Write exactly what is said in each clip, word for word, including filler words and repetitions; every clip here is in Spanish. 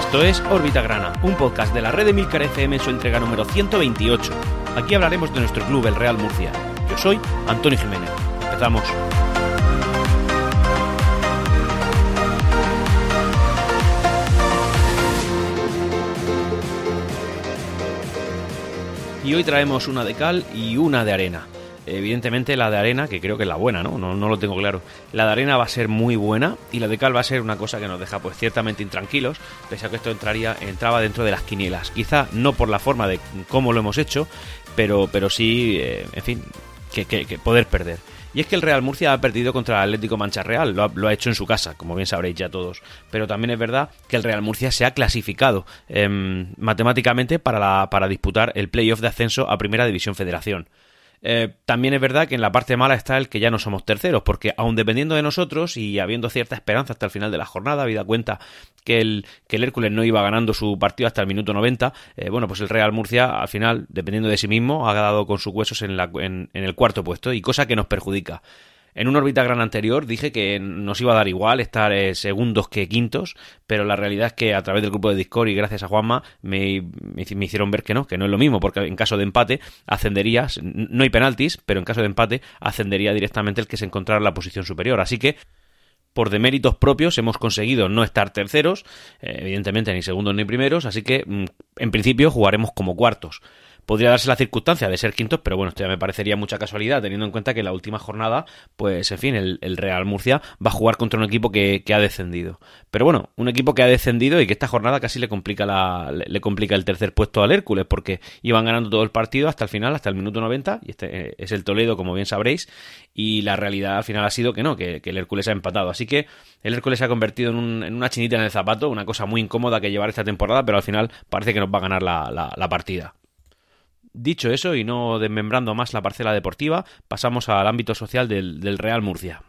Esto es Órbita Grana, un podcast de la red de Milcar F M en su entrega número ciento veintiocho. Aquí hablaremos de nuestro club, el Real Murcia. Yo soy Antonio Jiménez. Empezamos. Y hoy traemos una de cal y una de arena. Evidentemente la de arena, que creo que es la buena, ¿no? No, no lo tengo claro. La de arena va a ser muy buena y la de cal va a ser una cosa que nos deja pues ciertamente intranquilos, pese a que esto entraría, entraba dentro de las quinielas. Quizá no por la forma de cómo lo hemos hecho, pero, pero sí, eh, en fin, que, que, que poder perder. Y es que el Real Murcia ha perdido contra el Atlético Mancha Real, lo ha, lo ha hecho en su casa, como bien sabréis ya todos. Pero también es verdad que el Real Murcia se ha clasificado eh, matemáticamente para, la, para disputar el playoff de ascenso a Primera División Federación. Eh, también es verdad que en la parte mala está el que ya no somos terceros, porque aun dependiendo de nosotros y habiendo cierta esperanza hasta el final de la jornada, habida cuenta que el, que el Hércules no iba ganando su partido hasta el minuto noventa, eh, bueno, pues el Real Murcia al final, dependiendo de sí mismo, ha dado con sus huesos en, la, en, en el cuarto puesto, y cosa que nos perjudica. En un Órbita Grana anterior dije que nos iba a dar igual estar eh, segundos que quintos, pero la realidad es que a través del grupo de Discord y gracias a Juanma me, me, me hicieron ver que no, que no es lo mismo, porque en caso de empate ascenderías, no hay penaltis, pero en caso de empate ascendería directamente el que se encontrara en la posición superior. Así que por deméritos propios hemos conseguido no estar terceros, eh, evidentemente ni segundos ni primeros, así que en principio jugaremos como cuartos. Podría darse la circunstancia de ser quintos, pero bueno, esto ya me parecería mucha casualidad, teniendo en cuenta que en la última jornada, pues en fin, el, el Real Murcia va a jugar contra un equipo que, que ha descendido. Pero bueno, un equipo que ha descendido y que esta jornada casi le complica la, le, le complica el tercer puesto al Hércules, porque iban ganando todo el partido hasta el final, hasta el minuto noventa, y este es el Toledo, como bien sabréis, y la realidad al final ha sido que no, que, que el Hércules ha empatado. Así que el Hércules se ha convertido en, un, en una chinita en el zapato, una cosa muy incómoda que llevar esta temporada, pero al final parece que nos va a ganar la, la, la partida. Dicho eso, y no desmembrando más la parcela deportiva, pasamos al ámbito social del, del Real Murcia.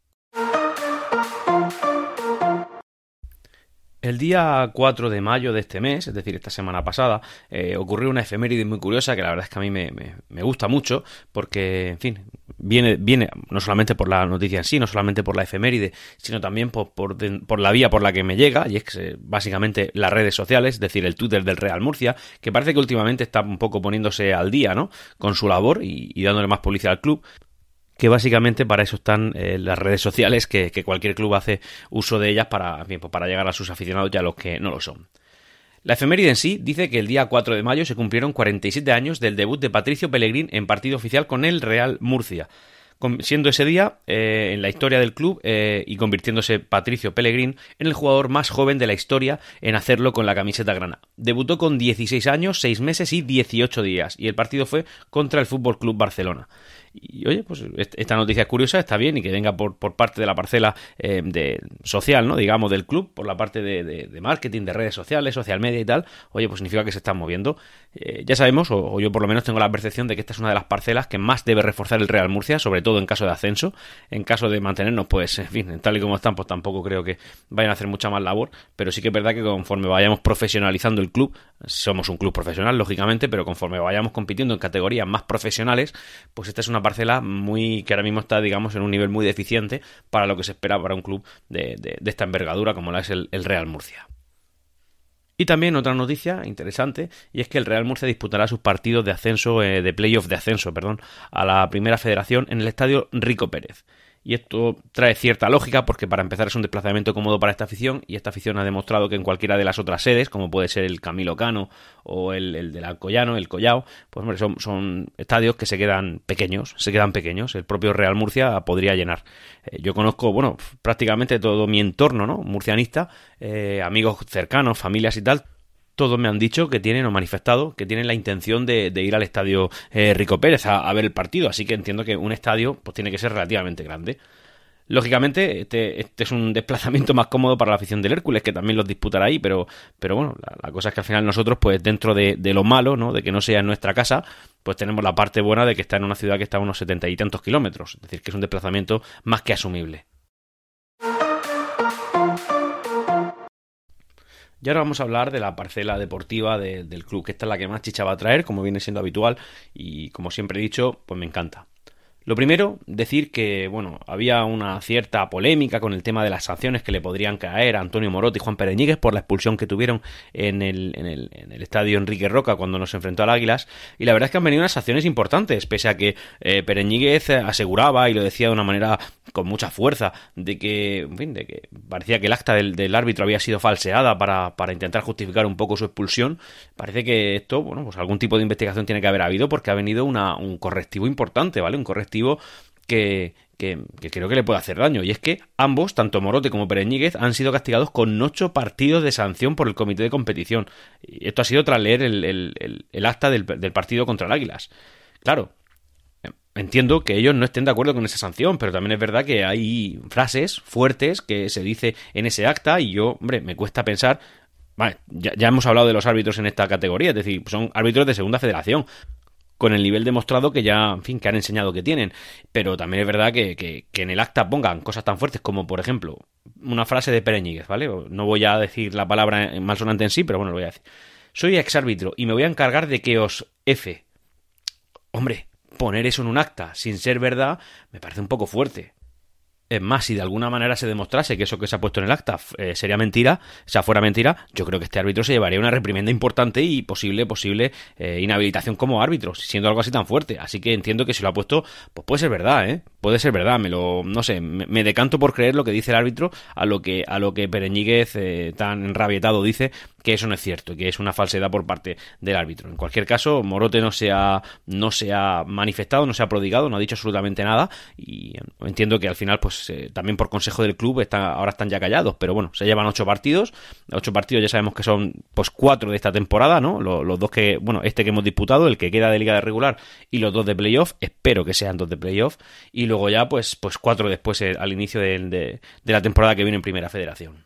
El día cuatro de mayo de este mes, es decir, esta semana pasada, eh, ocurrió una efeméride muy curiosa que la verdad es que a mí me, me, me gusta mucho, porque, en fin, viene, viene no solamente por la noticia en sí, no solamente por la efeméride, sino también por, por, de, por la vía por la que me llega, y es que básicamente las redes sociales, es decir, el Twitter del Real Murcia, que parece que últimamente está un poco poniéndose al día, ¿no?, con su labor y, y dándole más publicidad al club, que básicamente para eso están eh, las redes sociales, que, que cualquier club hace uso de ellas para, bien, pues para llegar a sus aficionados y a los que no lo son. La efeméride en sí dice que el día cuatro de mayo se cumplieron cuarenta y siete años del debut de Patricio Pellegrín en partido oficial con el Real Murcia, siendo ese día eh, en la historia del club eh, y convirtiéndose Patricio Pellegrín en el jugador más joven de la historia en hacerlo con la camiseta grana. Debutó con dieciséis años, seis meses y dieciocho días, y el partido fue contra el F C Barcelona. Y oye, pues esta noticia es curiosa, está bien, y que venga por, por parte de la parcela eh, de social, ¿no?, digamos, del club, por la parte de, de, de marketing, de redes sociales, social media y tal. Oye, pues significa que se están moviendo. Eh, ya sabemos, o, o yo por lo menos tengo la percepción de que esta es una de las parcelas que más debe reforzar el Real Murcia, sobre todo en caso de ascenso. En caso de mantenernos, pues, en fin, tal y como están, pues tampoco creo que vayan a hacer mucha más labor, pero sí que es verdad que conforme vayamos profesionalizando el club, somos un club profesional, lógicamente, pero conforme vayamos compitiendo en categorías más profesionales, pues esta es una parcela muy que ahora mismo está, digamos, en un nivel muy deficiente para lo que se espera para un club de, de, de esta envergadura como la es el, el Real Murcia. Y también otra noticia interesante, y es que el Real Murcia disputará sus partidos de ascenso, eh, de playoff de ascenso, perdón, a la Primera Federación en el estadio Rico Pérez. Y esto trae cierta lógica porque para empezar es un desplazamiento cómodo para esta afición, y esta afición ha demostrado que en cualquiera de las otras sedes, como puede ser el Camilo Cano o el, el del Alcoyano, el Collao, pues hombre, son, son estadios que se quedan pequeños, se quedan pequeños. El propio Real Murcia podría llenar. Eh, yo conozco, bueno, prácticamente todo mi entorno, ¿no?, murcianista, eh, amigos cercanos, familias y tal. Todos me han dicho que tienen o manifestado que tienen la intención de, de ir al estadio eh, Rico Pérez a, a ver el partido, así que entiendo que un estadio pues tiene que ser relativamente grande. Lógicamente, este, este es un desplazamiento más cómodo para la afición del Hércules, que también los disputará ahí, pero, pero bueno, la, la cosa es que al final nosotros, pues dentro de, de lo malo, ¿no?, de que no sea en nuestra casa, pues tenemos la parte buena de que está en una ciudad que está a unos setenta y tantos kilómetros, es decir, que es un desplazamiento más que asumible. Y ahora vamos a hablar de la parcela deportiva de, del club, que esta es la que más chicha va a traer, como viene siendo habitual, y como siempre he dicho, pues me encanta. Lo primero, decir que, bueno, había una cierta polémica con el tema de las sanciones que le podrían caer a Antonio Morote y Juan Pereñíguez por la expulsión que tuvieron en el, en el, en el estadio Enrique Roca cuando nos enfrentó al Águilas, y la verdad es que han venido unas sanciones importantes, pese a que eh, Pereñíguez aseguraba, y lo decía de una manera con mucha fuerza, de que, en fin, de que parecía que el acta del, del árbitro había sido falseada para, para intentar justificar un poco su expulsión. Parece que esto, bueno, pues algún tipo de investigación tiene que haber habido, porque ha venido una, un correctivo importante, ¿vale? Un correctivo Que, que, que creo que le puede hacer daño, y es que ambos, tanto Morote como Pereñíguez, han sido castigados con ocho partidos de sanción por el comité de competición. Y esto ha sido tras leer el, el, el, el acta del, del partido contra el Águilas. Claro, entiendo que ellos no estén de acuerdo con esa sanción, pero también es verdad que hay frases fuertes que se dice en ese acta, y yo, hombre, me cuesta pensar. Vale, ya, ya hemos hablado de los árbitros en esta categoría, es decir, son árbitros de segunda federación, con el nivel demostrado que ya, en fin, que han enseñado que tienen. Pero también es verdad que, que, que en el acta pongan cosas tan fuertes como, por ejemplo, una frase de Pereñíguez, ¿vale? No voy a decir la palabra malsonante en sí, pero bueno, lo voy a decir. Soy exárbitro y me voy a encargar de que os F. Hombre, poner eso en un acta sin ser verdad me parece un poco fuerte. Es más, si de alguna manera se demostrase que eso que se ha puesto en el acta eh, sería mentira, o sea, fuera mentira, yo creo que este árbitro se llevaría una reprimenda importante y posible, posible eh, inhabilitación como árbitro, siendo algo así tan fuerte. Así que entiendo que si lo ha puesto, pues puede ser verdad, ¿eh? Puede ser verdad, me lo, no sé, me, me decanto por creer lo que dice el árbitro a lo que, a lo que Pereñíguez eh, tan enrabietado dice que eso no es cierto, que es una falsedad por parte del árbitro. En cualquier caso, Morote no se ha, no se ha manifestado, no se ha prodigado, no ha dicho absolutamente nada, y entiendo que al final, pues eh, también por consejo del club está, ahora están ya callados, pero bueno, se llevan ocho partidos, ocho partidos ya sabemos que son pues cuatro de esta temporada, ¿no? Los, los dos que, bueno, este que hemos disputado, el que queda de liga de regular, y los dos de playoff, espero que sean dos de playoff, y luego ya pues, pues cuatro después eh, al inicio de, de, de la temporada que viene en Primera Federación.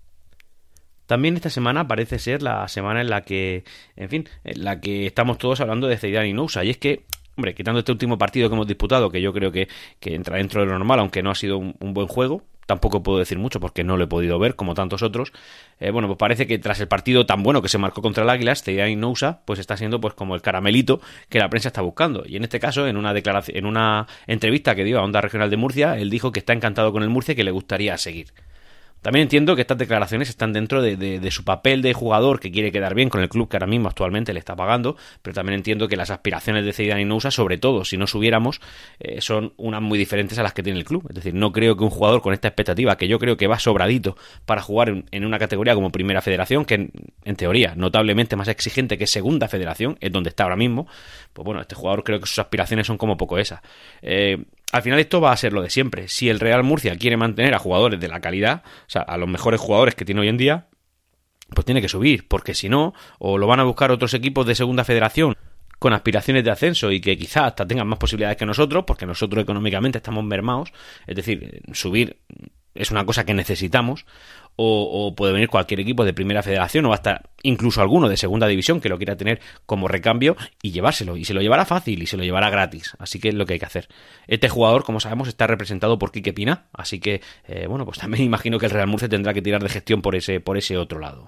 También esta semana parece ser la semana en la que, en fin, en la que estamos todos hablando de Zeidan y Nousa, y es que, hombre, quitando este último partido que hemos disputado, que yo creo que, que entra dentro de lo normal, aunque no ha sido un, un buen juego, tampoco puedo decir mucho porque no lo he podido ver como tantos otros, eh, bueno, pues parece que tras el partido tan bueno que se marcó contra el Águilas, Zeidan y Nousa pues está siendo pues como el caramelito que la prensa está buscando, y en este caso en una declaración, en una entrevista que dio a Onda Regional de Murcia, él dijo que está encantado con el Murcia y que le gustaría seguir. También entiendo que estas declaraciones están dentro de, de, de su papel de jugador que quiere quedar bien con el club que ahora mismo actualmente le está pagando, pero también entiendo que las aspiraciones de Zeidan y Nousa, sobre todo si no subiéramos, eh, son unas muy diferentes a las que tiene el club. Es decir, no creo que un jugador con esta expectativa, que yo creo que va sobradito para jugar en, en una categoría como Primera Federación, que en, en teoría notablemente más exigente que Segunda Federación, es donde está ahora mismo, pues bueno, este jugador creo que sus aspiraciones son como poco esas. Eh... Al final esto va a ser lo de siempre. Si el Real Murcia quiere mantener a jugadores de la calidad, o sea, a los mejores jugadores que tiene hoy en día, pues tiene que subir, porque si no, o lo van a buscar otros equipos de Segunda Federación con aspiraciones de ascenso y que quizás hasta tengan más posibilidades que nosotros, porque nosotros económicamente estamos mermados, es decir, subir es una cosa que necesitamos, o, o puede venir cualquier equipo de Primera Federación o hasta incluso alguno de Segunda División que lo quiera tener como recambio y llevárselo, y se lo llevará fácil y se lo llevará gratis, así que es lo que hay que hacer. Este jugador, como sabemos, está representado por Quique Pina, así que eh, bueno, pues también imagino que el Real Murcia tendrá que tirar de gestión por ese, por ese otro lado.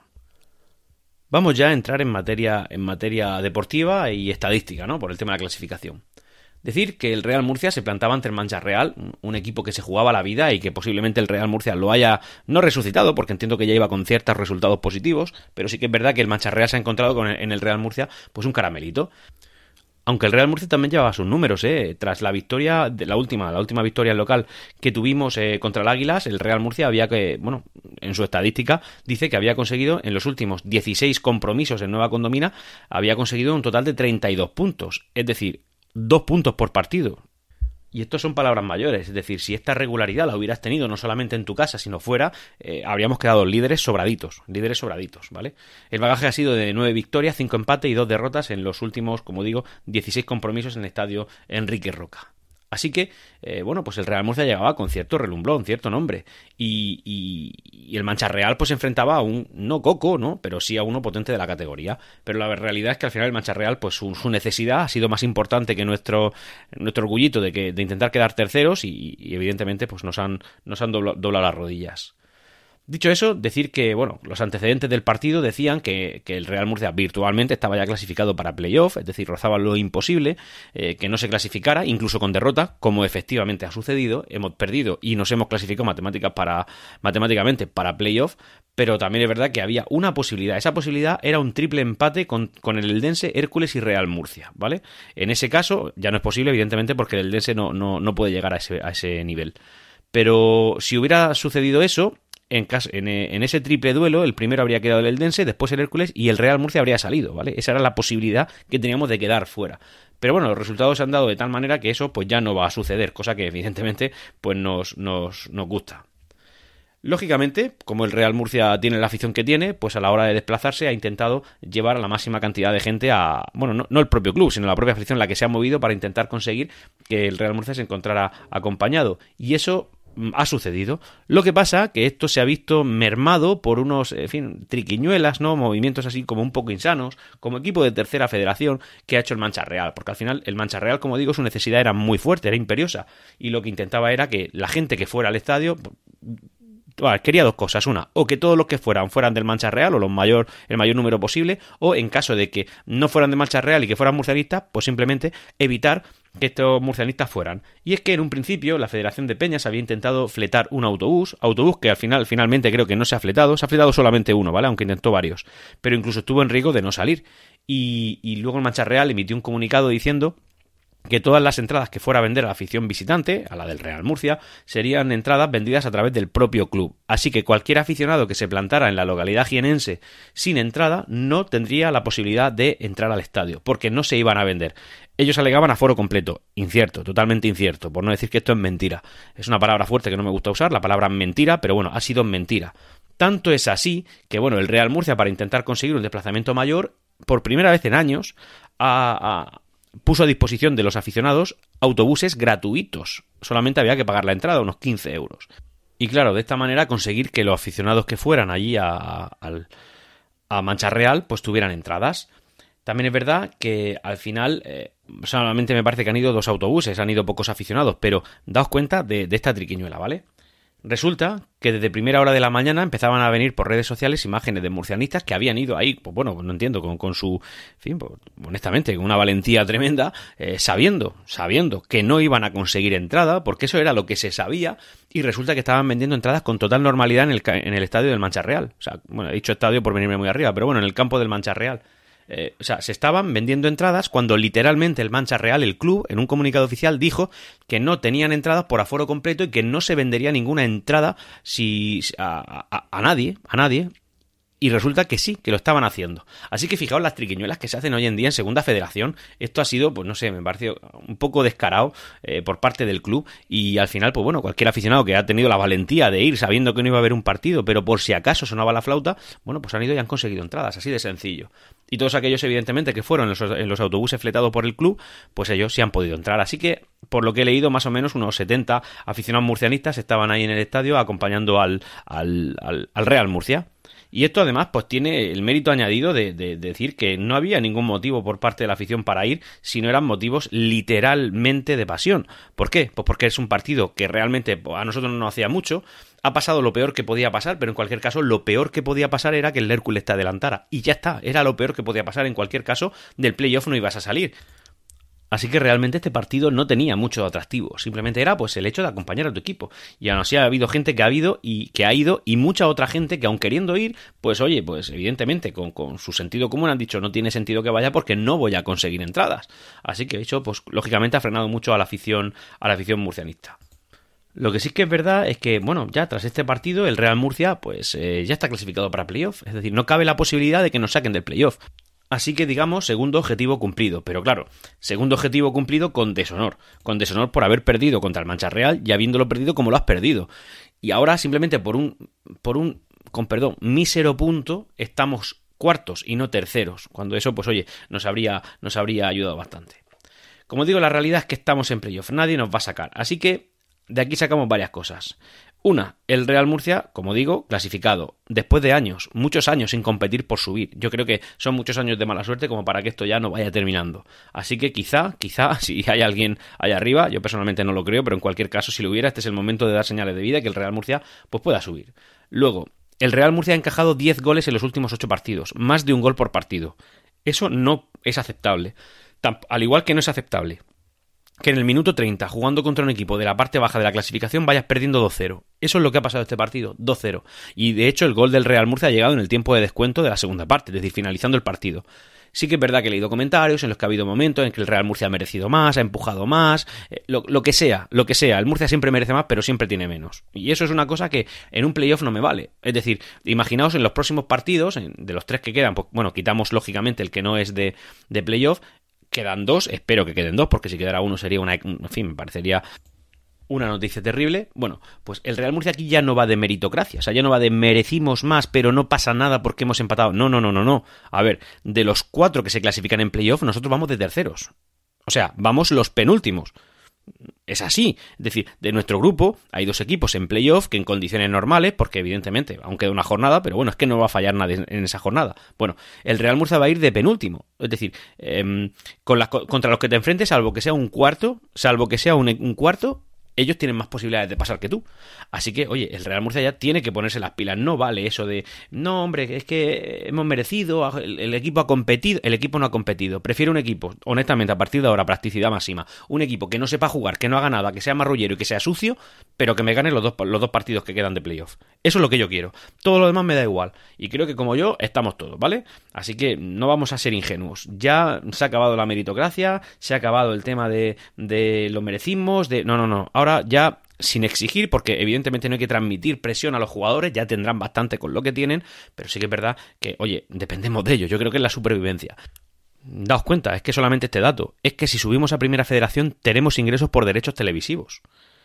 Vamos ya a entrar en materia, en materia deportiva y estadística, ¿no? Por el tema de la clasificación. Decir que el Real Murcia se plantaba ante el Mancha Real, un equipo que se jugaba la vida y que posiblemente el Real Murcia lo haya no resucitado, porque entiendo que ya iba con ciertos resultados positivos, pero sí que es verdad que el Mancha Real se ha encontrado con el, en el Real Murcia pues un caramelito. Aunque el Real Murcia también llevaba sus números, ¿eh? Tras la victoria, de la última, la última victoria local que tuvimos eh, contra el Águilas, el Real Murcia había que, bueno, en su estadística dice que había conseguido en los últimos dieciséis compromisos en Nueva Condomina, había conseguido un total de treinta y dos puntos, es decir, dos puntos por partido. Y esto son palabras mayores, es decir, si esta regularidad la hubieras tenido no solamente en tu casa, sino fuera, eh, habríamos quedado líderes sobraditos, líderes sobraditos, ¿vale? El bagaje ha sido de nueve victorias, cinco empates y dos derrotas en los últimos, como digo, dieciséis compromisos en el estadio Enrique Roca. Así que, eh, bueno, pues el Real Murcia llegaba con cierto relumbrón, cierto nombre. Y, y, y el Mancha Real pues se enfrentaba a un, no coco, ¿no? Pero sí a uno potente de la categoría. Pero la realidad es que al final el Mancha Real, pues su, su necesidad ha sido más importante que nuestro, nuestro orgullito de, que, de intentar quedar terceros y, y evidentemente pues nos han, nos han doblado, doblado las rodillas. Dicho eso, decir que, bueno, los antecedentes del partido decían que, que el Real Murcia virtualmente estaba ya clasificado para playoff, es decir, rozaba lo imposible, eh, que no se clasificara, incluso con derrota, como efectivamente ha sucedido. Hemos perdido y nos hemos clasificado matemáticas para, matemáticamente para playoff, pero también es verdad que había una posibilidad. Esa posibilidad era un triple empate con, con el Eldense, Hércules y Real Murcia, ¿vale? En ese caso ya no es posible, evidentemente, porque el Eldense no, no, no puede llegar a ese, a ese nivel. Pero si hubiera sucedido eso, En, caso, en, en ese triple duelo, el primero habría quedado el Eldense, después el Hércules y el Real Murcia habría salido, ¿vale? Esa era la posibilidad que teníamos de quedar fuera. Pero bueno, los resultados se han dado de tal manera que eso pues ya no va a suceder, cosa que evidentemente pues nos, nos, nos gusta. Lógicamente, como el Real Murcia tiene la afición que tiene, pues a la hora de desplazarse ha intentado llevar a la máxima cantidad de gente a... Bueno, no, no el propio club, sino la propia afición la que se ha movido para intentar conseguir que el Real Murcia se encontrara acompañado. Y eso ha sucedido. Lo que pasa que esto se ha visto mermado por unos, en fin, triquiñuelas, ¿no? Movimientos así como un poco insanos, como equipo de tercera federación que ha hecho el Mancha Real, porque al final el Mancha Real, como digo, su necesidad era muy fuerte, era imperiosa, y lo que intentaba era que la gente que fuera al estadio, bueno, quería dos cosas. Una, o que todos los que fueran fueran del Mancha Real, o los mayor, el mayor número posible, o en caso de que no fueran del Mancha Real y que fueran murcianistas, pues simplemente evitar que estos murcianistas fueran. Y es que en un principio la Federación de Peñas había intentado fletar un autobús, autobús que al final finalmente creo que no se ha fletado, se ha fletado solamente uno, ¿vale? Aunque intentó varios, pero incluso estuvo en riesgo de no salir. Y, y luego el Mancha Real emitió un comunicado diciendo que todas las entradas que fuera a vender a la afición visitante, a la del Real Murcia, serían entradas vendidas a través del propio club. Así que cualquier aficionado que se plantara en la localidad jienense sin entrada no tendría la posibilidad de entrar al estadio, porque no se iban a vender. Ellos alegaban aforo completo. Incierto, totalmente incierto, por no decir que esto es mentira. Es una palabra fuerte que no me gusta usar, la palabra mentira, pero bueno, ha sido mentira. Tanto es así que, bueno, el Real Murcia, para intentar conseguir un desplazamiento mayor, por primera vez en años, ha... ha puso a disposición de los aficionados autobuses gratuitos. Solamente había que pagar la entrada, unos quince euros. Y claro, de esta manera conseguir que los aficionados que fueran allí a, a, a Mancha Real pues tuvieran entradas. También es verdad que al final eh, solamente me parece que han ido dos autobuses, han ido pocos aficionados, pero daos cuenta de, de esta triquiñuela, ¿vale? Resulta que desde primera hora de la mañana empezaban a venir por redes sociales imágenes de murcianistas que habían ido ahí, pues bueno, no entiendo, con, con su, en fin, pues, honestamente, con una valentía tremenda, eh, sabiendo, sabiendo que no iban a conseguir entrada, porque eso era lo que se sabía, y resulta que estaban vendiendo entradas con total normalidad en el, en el estadio del Mancha Real. O sea, bueno, he dicho estadio por venirme muy arriba, pero bueno, en el campo del Mancha Real. Eh, o sea, se estaban vendiendo entradas cuando literalmente el Mancha Real, el club, en un comunicado oficial dijo que no tenían entradas por aforo completo y que no se vendería ninguna entrada si a, a, a nadie, a nadie. Y resulta que sí, que lo estaban haciendo. Así que fijaos las triquiñuelas que se hacen hoy en día en Segunda Federación. Esto ha sido, pues no sé, me parece un poco descarado eh, por parte del club. Y al final, pues bueno, cualquier aficionado que ha tenido la valentía de ir sabiendo que no iba a haber un partido, pero por si acaso sonaba la flauta, bueno, pues han ido y han conseguido entradas, así de sencillo. Y todos aquellos, evidentemente, que fueron en los, en los autobuses fletados por el club, pues ellos sí han podido entrar. Así que, por lo que he leído, más o menos unos setenta aficionados murcianistas estaban ahí en el estadio acompañando al, al, al, al Real Murcia. Y esto además pues tiene el mérito añadido de, de, de decir que no había ningún motivo por parte de la afición para ir, si no eran motivos literalmente de pasión. ¿Por qué? Pues porque es un partido que realmente a nosotros no nos hacía mucho. Ha pasado lo peor que podía pasar, pero en cualquier caso lo peor que podía pasar era que el Hércules te adelantara. Y ya está, era lo peor que podía pasar. En cualquier caso, del playoff no ibas a salir. Así que realmente este partido no tenía mucho atractivo, simplemente era pues el hecho de acompañar a tu equipo. Y aún así ha habido gente que ha habido y que ha ido, y mucha otra gente que aun queriendo ir, pues oye, pues evidentemente con, con su sentido común han dicho no tiene sentido que vaya porque no voy a conseguir entradas. Así que eso pues lógicamente ha frenado mucho a la afición, a la afición murcianista. Lo que sí que es verdad es que, bueno, ya tras este partido el Real Murcia pues eh, ya está clasificado para playoff, es decir, no cabe la posibilidad de que nos saquen del playoff. Así que, digamos, segundo objetivo cumplido. Pero claro, segundo objetivo cumplido con deshonor. Con deshonor por haber perdido contra el Mancha Real y habiéndolo perdido como lo has perdido. Y ahora, simplemente por un, por un, con perdón, mísero punto, estamos cuartos y no terceros. Cuando eso, pues oye, nos habría, nos habría ayudado bastante. Como digo, la realidad es que estamos en playoff. Nadie nos va a sacar. Así que, de aquí sacamos varias cosas. Una, el Real Murcia, como digo, clasificado, después de años, muchos años sin competir por subir. Yo creo que son muchos años de mala suerte como para que esto ya no vaya terminando. Así que quizá, quizá, si hay alguien allá arriba, yo personalmente no lo creo, pero en cualquier caso, si lo hubiera, este es el momento de dar señales de vida y que el Real Murcia pues pueda subir. Luego, el Real Murcia ha encajado diez goles en los últimos ocho partidos, más de un gol por partido. Eso no es aceptable. Al igual que no es aceptable que en el minuto treinta, jugando contra un equipo de la parte baja de la clasificación, vayas perdiendo dos cero. Eso es lo que ha pasado este partido, dos cero. Y de hecho el gol del Real Murcia ha llegado en el tiempo de descuento de la segunda parte, es decir, finalizando el partido. Sí que es verdad que he leído comentarios en los que ha habido momentos en que el Real Murcia ha merecido más, ha empujado más, eh, lo, lo que sea, lo que sea. El Murcia siempre merece más, pero siempre tiene menos. Y eso es una cosa que en un playoff no me vale. Es decir, imaginaos en los próximos partidos, en, de los tres que quedan, pues, bueno, quitamos lógicamente el que no es de, de playoff, quedan dos, espero que queden dos, porque si quedara uno sería una... En fin, me parecería una noticia terrible. Bueno, pues el Real Murcia aquí ya no va de meritocracia, o sea, ya no va de merecimos más, pero no pasa nada porque hemos empatado. No, no, no, no, no. A ver, de los cuatro que se clasifican en playoff, nosotros vamos de terceros. O sea, vamos los penúltimos. Es así, es decir, de nuestro grupo hay dos equipos en playoff que en condiciones normales, porque evidentemente aún queda una jornada, pero bueno, es que no va a fallar nadie en esa jornada. Bueno, el Real Murcia va a ir de penúltimo, es decir, eh, con las, contra los que te enfrentes, salvo que sea un cuarto, salvo que sea un, un cuarto, ellos tienen más posibilidades de pasar que tú. Así que, oye, el Real Murcia ya tiene que ponerse las pilas. No vale eso de, no, hombre, es que hemos merecido, el, el equipo ha competido. El equipo no ha competido. Prefiero un equipo, honestamente, a partir de ahora, practicidad máxima. Un equipo que no sepa jugar, que no haga nada, que sea marrullero y que sea sucio, pero que me gane los dos, los dos partidos que quedan de playoff. Eso es lo que yo quiero. Todo lo demás me da igual. Y creo que como yo, estamos todos, ¿vale? Así que no vamos a ser ingenuos. Ya se ha acabado la meritocracia, se ha acabado el tema de, de los merecismos, de... No, no, no. Ahora ya sin exigir, porque evidentemente no hay que transmitir presión a los jugadores, ya tendrán bastante con lo que tienen, pero sí que es verdad que, oye, dependemos de ellos. Yo creo que es la supervivencia. Daos cuenta, es que solamente este dato, es que si subimos a Primera Federación tenemos ingresos por derechos televisivos.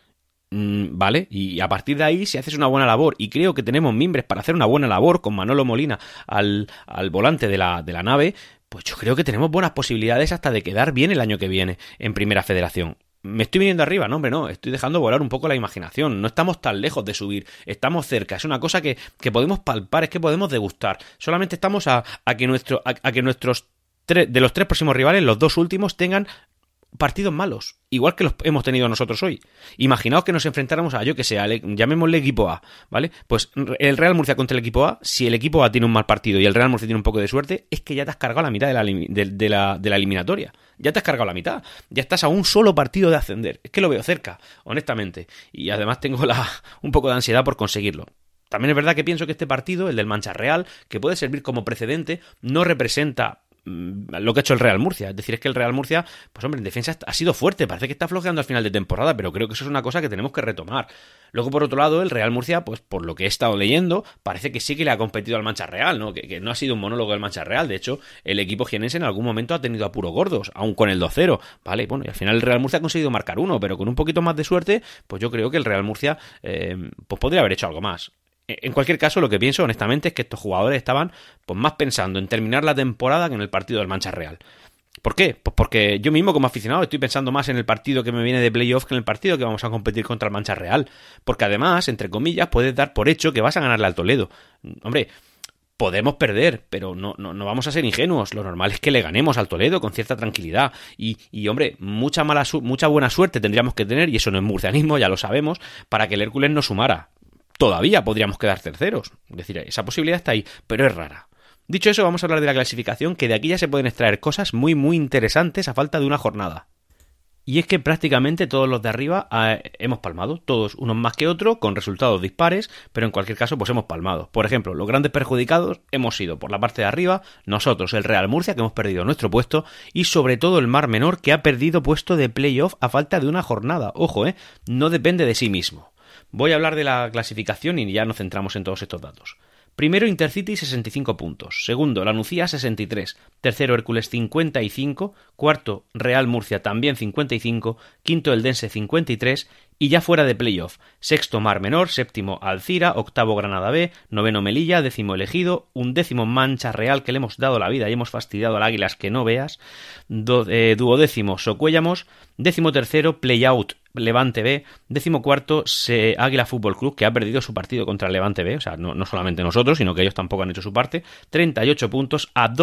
Mm, ¿vale? Y a partir de ahí, si haces una buena labor, y creo que tenemos mimbres para hacer una buena labor con Manolo Molina al, al volante de la, de la nave, pues yo creo que tenemos buenas posibilidades hasta de quedar bien el año que viene en Primera Federación. ¿Me estoy viniendo arriba? No, hombre, no. Estoy dejando volar un poco la imaginación. No estamos tan lejos de subir. Estamos cerca. Es una cosa que, que podemos palpar, es que podemos degustar. Solamente estamos a, a que, nuestro, a, a que nuestros tres, de los tres próximos rivales, los dos últimos, tengan partidos malos, igual que los hemos tenido nosotros hoy. Imaginaos que nos enfrentáramos a, yo que sé, al, llamémosle equipo A, ¿vale? Pues el Real Murcia contra el equipo A, si el equipo A tiene un mal partido y el Real Murcia tiene un poco de suerte, es que ya te has cargado la mitad de la, de, de la, de la eliminatoria. Ya te has cargado la mitad. Ya estás a un solo partido de ascender. Es que lo veo cerca, honestamente. Y además tengo la, un poco de ansiedad por conseguirlo. También es verdad que pienso que este partido, el del Mancha Real, que puede servir como precedente, no representa lo que ha hecho el Real Murcia. Es decir, es que el Real Murcia, pues hombre, en defensa ha sido fuerte, parece que está flojeando al final de temporada, pero creo que eso es una cosa que tenemos que retomar. Luego, por otro lado, el Real Murcia, pues por lo que he estado leyendo, parece que sí que le ha competido al Mancha Real, ¿no? Que, que no ha sido un monólogo del Mancha Real. De hecho, el equipo jienense en algún momento ha tenido apuros gordos, aún con el dos cero, ¿vale? Bueno, y al final el Real Murcia ha conseguido marcar uno, pero con un poquito más de suerte, pues yo creo que el Real Murcia eh, pues podría haber hecho algo más. En cualquier caso, lo que pienso, honestamente, es que estos jugadores estaban pues más pensando en terminar la temporada que en el partido del Mancha Real. ¿Por qué? Pues porque yo mismo como aficionado estoy pensando más en el partido que me viene de playoff que en el partido que vamos a competir contra el Mancha Real. Porque además, entre comillas, puedes dar por hecho que vas a ganarle al Toledo. Hombre, podemos perder, pero no, no, no vamos a ser ingenuos. Lo normal es que le ganemos al Toledo con cierta tranquilidad. Y, y hombre, mucha, mala su- mucha buena suerte tendríamos que tener, y eso no es murcianismo, ya lo sabemos, para que el Hércules no sumara. Todavía podríamos quedar terceros. Es decir, esa posibilidad está ahí, pero es rara. Dicho eso, vamos a hablar de la clasificación, que de aquí ya se pueden extraer cosas muy muy interesantes a falta de una jornada. Y es que prácticamente todos los de arriba eh, hemos palmado, todos unos más que otros, con resultados dispares, pero en cualquier caso pues hemos palmado. Por ejemplo, los grandes perjudicados hemos sido por la parte de arriba, nosotros, el Real Murcia, que hemos perdido nuestro puesto, y sobre todo el Mar Menor, que ha perdido puesto de playoff a falta de una jornada. Ojo, eh, no depende de sí mismo. Voy a hablar de la clasificación y ya nos centramos en todos estos datos. Primero, Intercity, sesenta y cinco puntos. Segundo, La Nucía, sesenta y tres. Tercero, Hércules, cincuenta y cinco. Cuarto, Real Murcia, también cincuenta y cinco. Quinto, Eldense, cincuenta y tres. Y ya fuera de playoff. Sexto, Mar Menor. Séptimo, Alcira. Octavo, Granada B. Noveno, Melilla. Décimo, Elegido. Undécimo, Mancha Real, que le hemos dado la vida y hemos fastidiado al Águilas que no veas. Do, eh, duodécimo, Socuéllamos. Décimo tercero, Playout, Levante B. Décimo cuarto, se, Águila Fútbol Club, que ha perdido su partido contra el Levante B. O sea, no, no solamente nosotros, sino que ellos tampoco han hecho su parte. treinta y ocho puntos a dos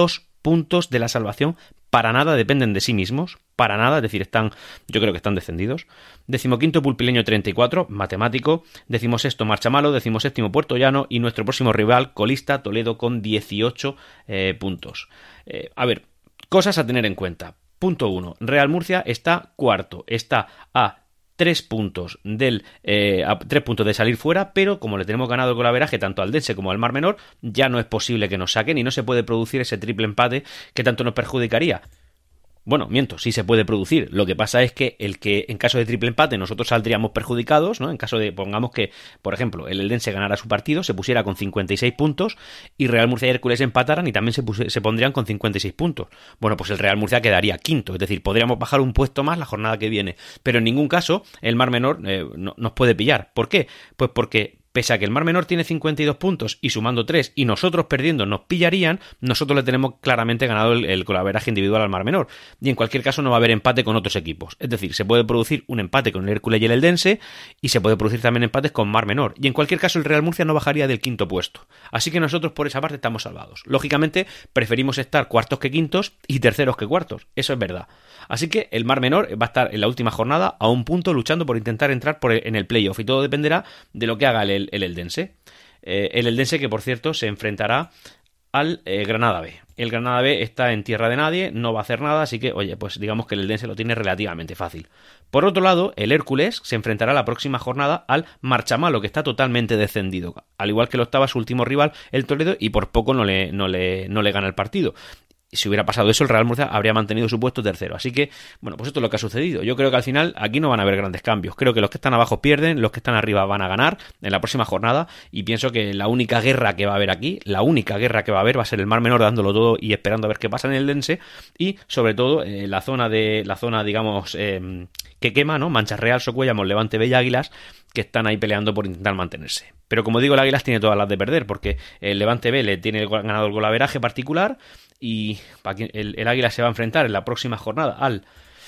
puntos de la salvación para nada dependen de sí mismos, para nada, es decir, están, yo creo que están descendidos. Decimoquinto Pulpileño treinta y cuatro, matemático. Decimosexto Marchamalo, decimoséptimo Puerto Llano y nuestro próximo rival, colista Toledo, con dieciocho eh, puntos. Eh, a ver, cosas a tener en cuenta. Punto uno, Real Murcia está cuarto, está a tres puntos del eh, a tres puntos de salir fuera, pero como le tenemos ganado el golaveraje tanto al Dense como al Mar Menor, ya no es posible que nos saquen y no se puede producir ese triple empate que tanto nos perjudicaría. Bueno, miento, sí se puede producir. Lo que pasa es que el que en caso de triple empate nosotros saldríamos perjudicados, ¿no? En caso de, pongamos que, por ejemplo, el Eldense ganara su partido, se pusiera con cincuenta y seis puntos y Real Murcia y Hércules empataran y también se, puse, se pondrían con cincuenta y seis puntos. Bueno, pues el Real Murcia quedaría quinto, es decir, podríamos bajar un puesto más la jornada que viene. Pero en ningún caso el Mar Menor eh, no, nos puede pillar. ¿Por qué? Pues porque pese a que el Mar Menor tiene cincuenta y dos puntos y sumando tres y nosotros perdiendo nos pillarían, nosotros le tenemos claramente ganado el, el golaveraje individual al Mar Menor. Y en cualquier caso no va a haber empate con otros equipos. Es decir, se puede producir un empate con el Hércules y el Eldense y se puede producir también empates con Mar Menor. Y en cualquier caso el Real Murcia no bajaría del quinto puesto. Así que nosotros por esa parte estamos salvados. Lógicamente preferimos estar cuartos que quintos y terceros que cuartos. Eso es verdad. Así que el Mar Menor va a estar en la última jornada a un punto luchando por intentar entrar por el, en el playoff. Y todo dependerá de lo que haga el el Eldense. Eh, el Eldense que, por cierto, se enfrentará al eh, Granada B. El Granada B está en tierra de nadie, no va a hacer nada, así que, oye, pues digamos que el Eldense lo tiene relativamente fácil. Por otro lado, el Hércules se enfrentará la próxima jornada al Marchamalo, que está totalmente descendido. Al igual que lo estaba su último rival, el Toledo, y por poco no le, no le, no le gana el partido. Si hubiera pasado eso, el Real Murcia habría mantenido su puesto tercero. Así que, bueno, pues esto es lo que ha sucedido. Yo creo que al final aquí no van a haber grandes cambios. Creo que los que están abajo pierden, los que están arriba van a ganar en la próxima jornada. Y pienso que la única guerra que va a haber aquí, la única guerra que va a haber va a ser el Mar Menor dándolo todo y esperando a ver qué pasa en el Dense. Y sobre todo eh, la zona de la zona, digamos, eh, que quema, ¿no? Mancha Real, Socuellamos, Levante B y Águilas, que están ahí peleando por intentar mantenerse. Pero como digo, el Águilas tiene todas las de perder, porque el Levante B le tiene ganado el golaveraje particular y el, el Águila se va a enfrentar en la próxima jornada al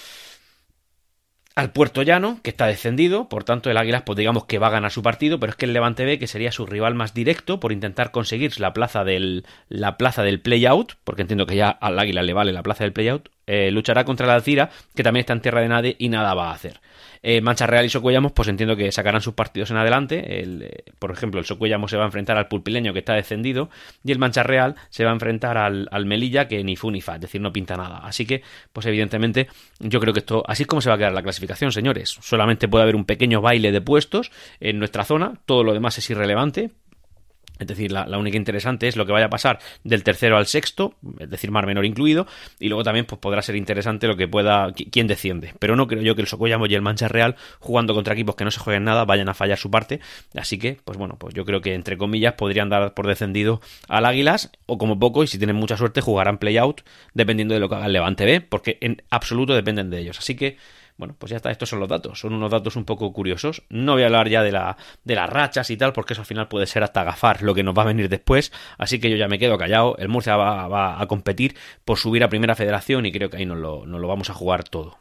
al Puerto Llano, que está descendido, por tanto el Águilas pues digamos que va a ganar su partido, pero es que el Levante B, que sería su rival más directo por intentar conseguir la plaza del la plaza del play-out, porque entiendo que ya al Águila le vale la plaza del play-out, eh, luchará contra el Alcira, que también está en tierra de nadie y nada va a hacer. Eh, Mancha Real y Socuellamos, pues entiendo que sacarán sus partidos en adelante. El, eh, por ejemplo, el Socuellamos se va a enfrentar al Pulpileño, que está descendido, y el Mancha Real se va a enfrentar al, al Melilla, que ni fu ni fa, es decir, no pinta nada. Así que, pues evidentemente, yo creo que esto, así es como se va a quedar la clasificación, señores. Solamente puede haber un pequeño baile de puestos en nuestra zona, todo lo demás es irrelevante. Es decir, la, la única interesante es lo que vaya a pasar del tercero al sexto, es decir, Mar Menor incluido, y luego también pues podrá ser interesante lo que pueda, quién desciende. Pero no creo yo que el Socuellamos y el Mancha Real, jugando contra equipos que no se jueguen nada, vayan a fallar su parte. Así que, pues bueno, pues yo creo que entre comillas podrían dar por descendido al Águilas, o como poco, y si tienen mucha suerte, jugarán play-out, dependiendo de lo que haga el Levante B, porque en absoluto dependen de ellos. Así que, bueno, pues ya está, estos son los datos, son unos datos un poco curiosos. No voy a hablar ya de, la, de las rachas y tal, porque eso al final puede ser hasta gafar lo que nos va a venir después, así que yo ya me quedo callado. El Murcia va, va a competir por subir a Primera Federación y creo que ahí nos lo, nos lo vamos a jugar todo.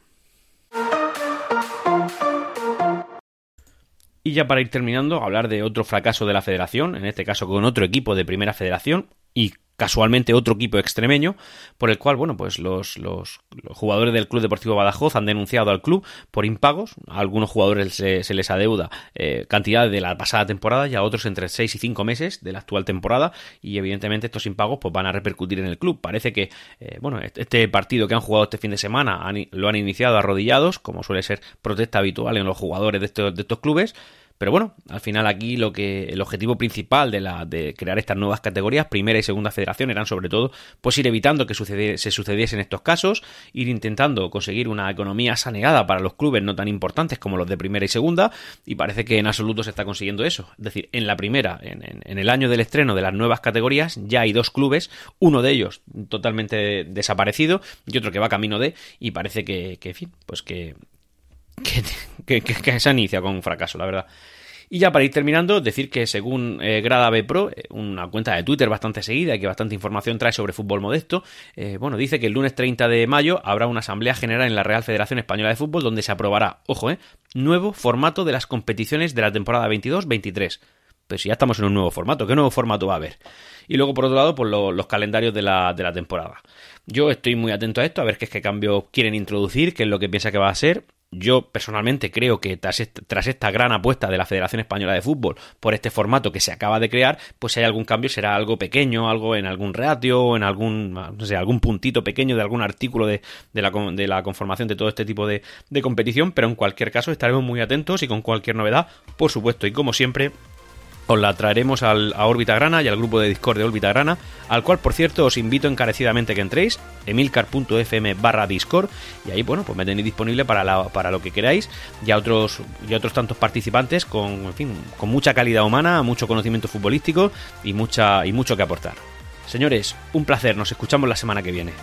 Y ya para ir terminando, hablar de otro fracaso de la Federación, en este caso con otro equipo de Primera Federación y casualmente otro equipo extremeño, por el cual, bueno, pues los, los, los jugadores del Club Deportivo Badajoz han denunciado al club por impagos. A algunos jugadores se, se les adeuda eh, cantidad de la pasada temporada y a otros entre seis y cinco meses de la actual temporada, y evidentemente estos impagos pues van a repercutir en el club. Parece que, eh, bueno, este partido que han jugado este fin de semana han, lo han iniciado arrodillados, como suele ser protesta habitual en los jugadores de estos, de estos clubes. Pero bueno, al final aquí lo que el objetivo principal de la de crear estas nuevas categorías, primera y segunda federación, eran sobre todo pues ir evitando que sucediese, se sucediesen estos casos, ir intentando conseguir una economía saneada para los clubes no tan importantes como los de primera y segunda, y parece que en absoluto se está consiguiendo eso. Es decir, en la primera, en, en, en el año del estreno de las nuevas categorías, ya hay dos clubes, uno de ellos totalmente desaparecido y otro que va camino de, y parece que, que en fin, pues que Que, que, que, que se inicia con un fracaso, la verdad. Y ya para ir terminando, decir que según eh, Grada B Pro, eh, una cuenta de Twitter bastante seguida y que bastante información trae sobre fútbol modesto, eh, bueno, dice que el lunes treinta de mayo habrá una asamblea general en la Real Federación Española de Fútbol donde se aprobará, ojo, eh, nuevo formato de las competiciones de la temporada veintidós veintitrés. Pues si ya estamos en un nuevo formato, ¿qué nuevo formato va a haber? Y luego, por otro lado, pues lo, los calendarios de la, de la temporada. Yo estoy muy atento a esto, a ver qué es qué cambios quieren introducir, qué es lo que piensa que va a ser. Yo personalmente creo que tras esta, tras esta gran apuesta de la Federación Española de Fútbol por este formato que se acaba de crear, pues si hay algún cambio será algo pequeño, algo en algún ratio o en algún, no sé, algún puntito pequeño de algún artículo de, de, la, de la conformación de todo este tipo de, de competición, pero en cualquier caso estaremos muy atentos y con cualquier novedad, por supuesto, y como siempre, os la traeremos al, a Órbita Grana y al grupo de Discord de Órbita Grana, al cual, por cierto, os invito encarecidamente que entréis, emilcar.fm barra Discord, y ahí, bueno, pues me tenéis disponible para, la, para lo que queráis, y a otros, y a otros tantos participantes con, en fin, con mucha calidad humana, mucho conocimiento futbolístico y, mucha, y mucho que aportar. Señores, un placer, nos escuchamos la semana que viene.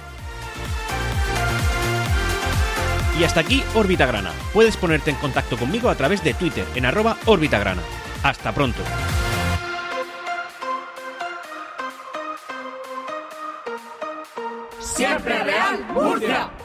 Y hasta aquí Órbita Grana. Puedes ponerte en contacto conmigo a través de Twitter en arroba Órbita Grana. Hasta pronto. Siempre Real Murcia.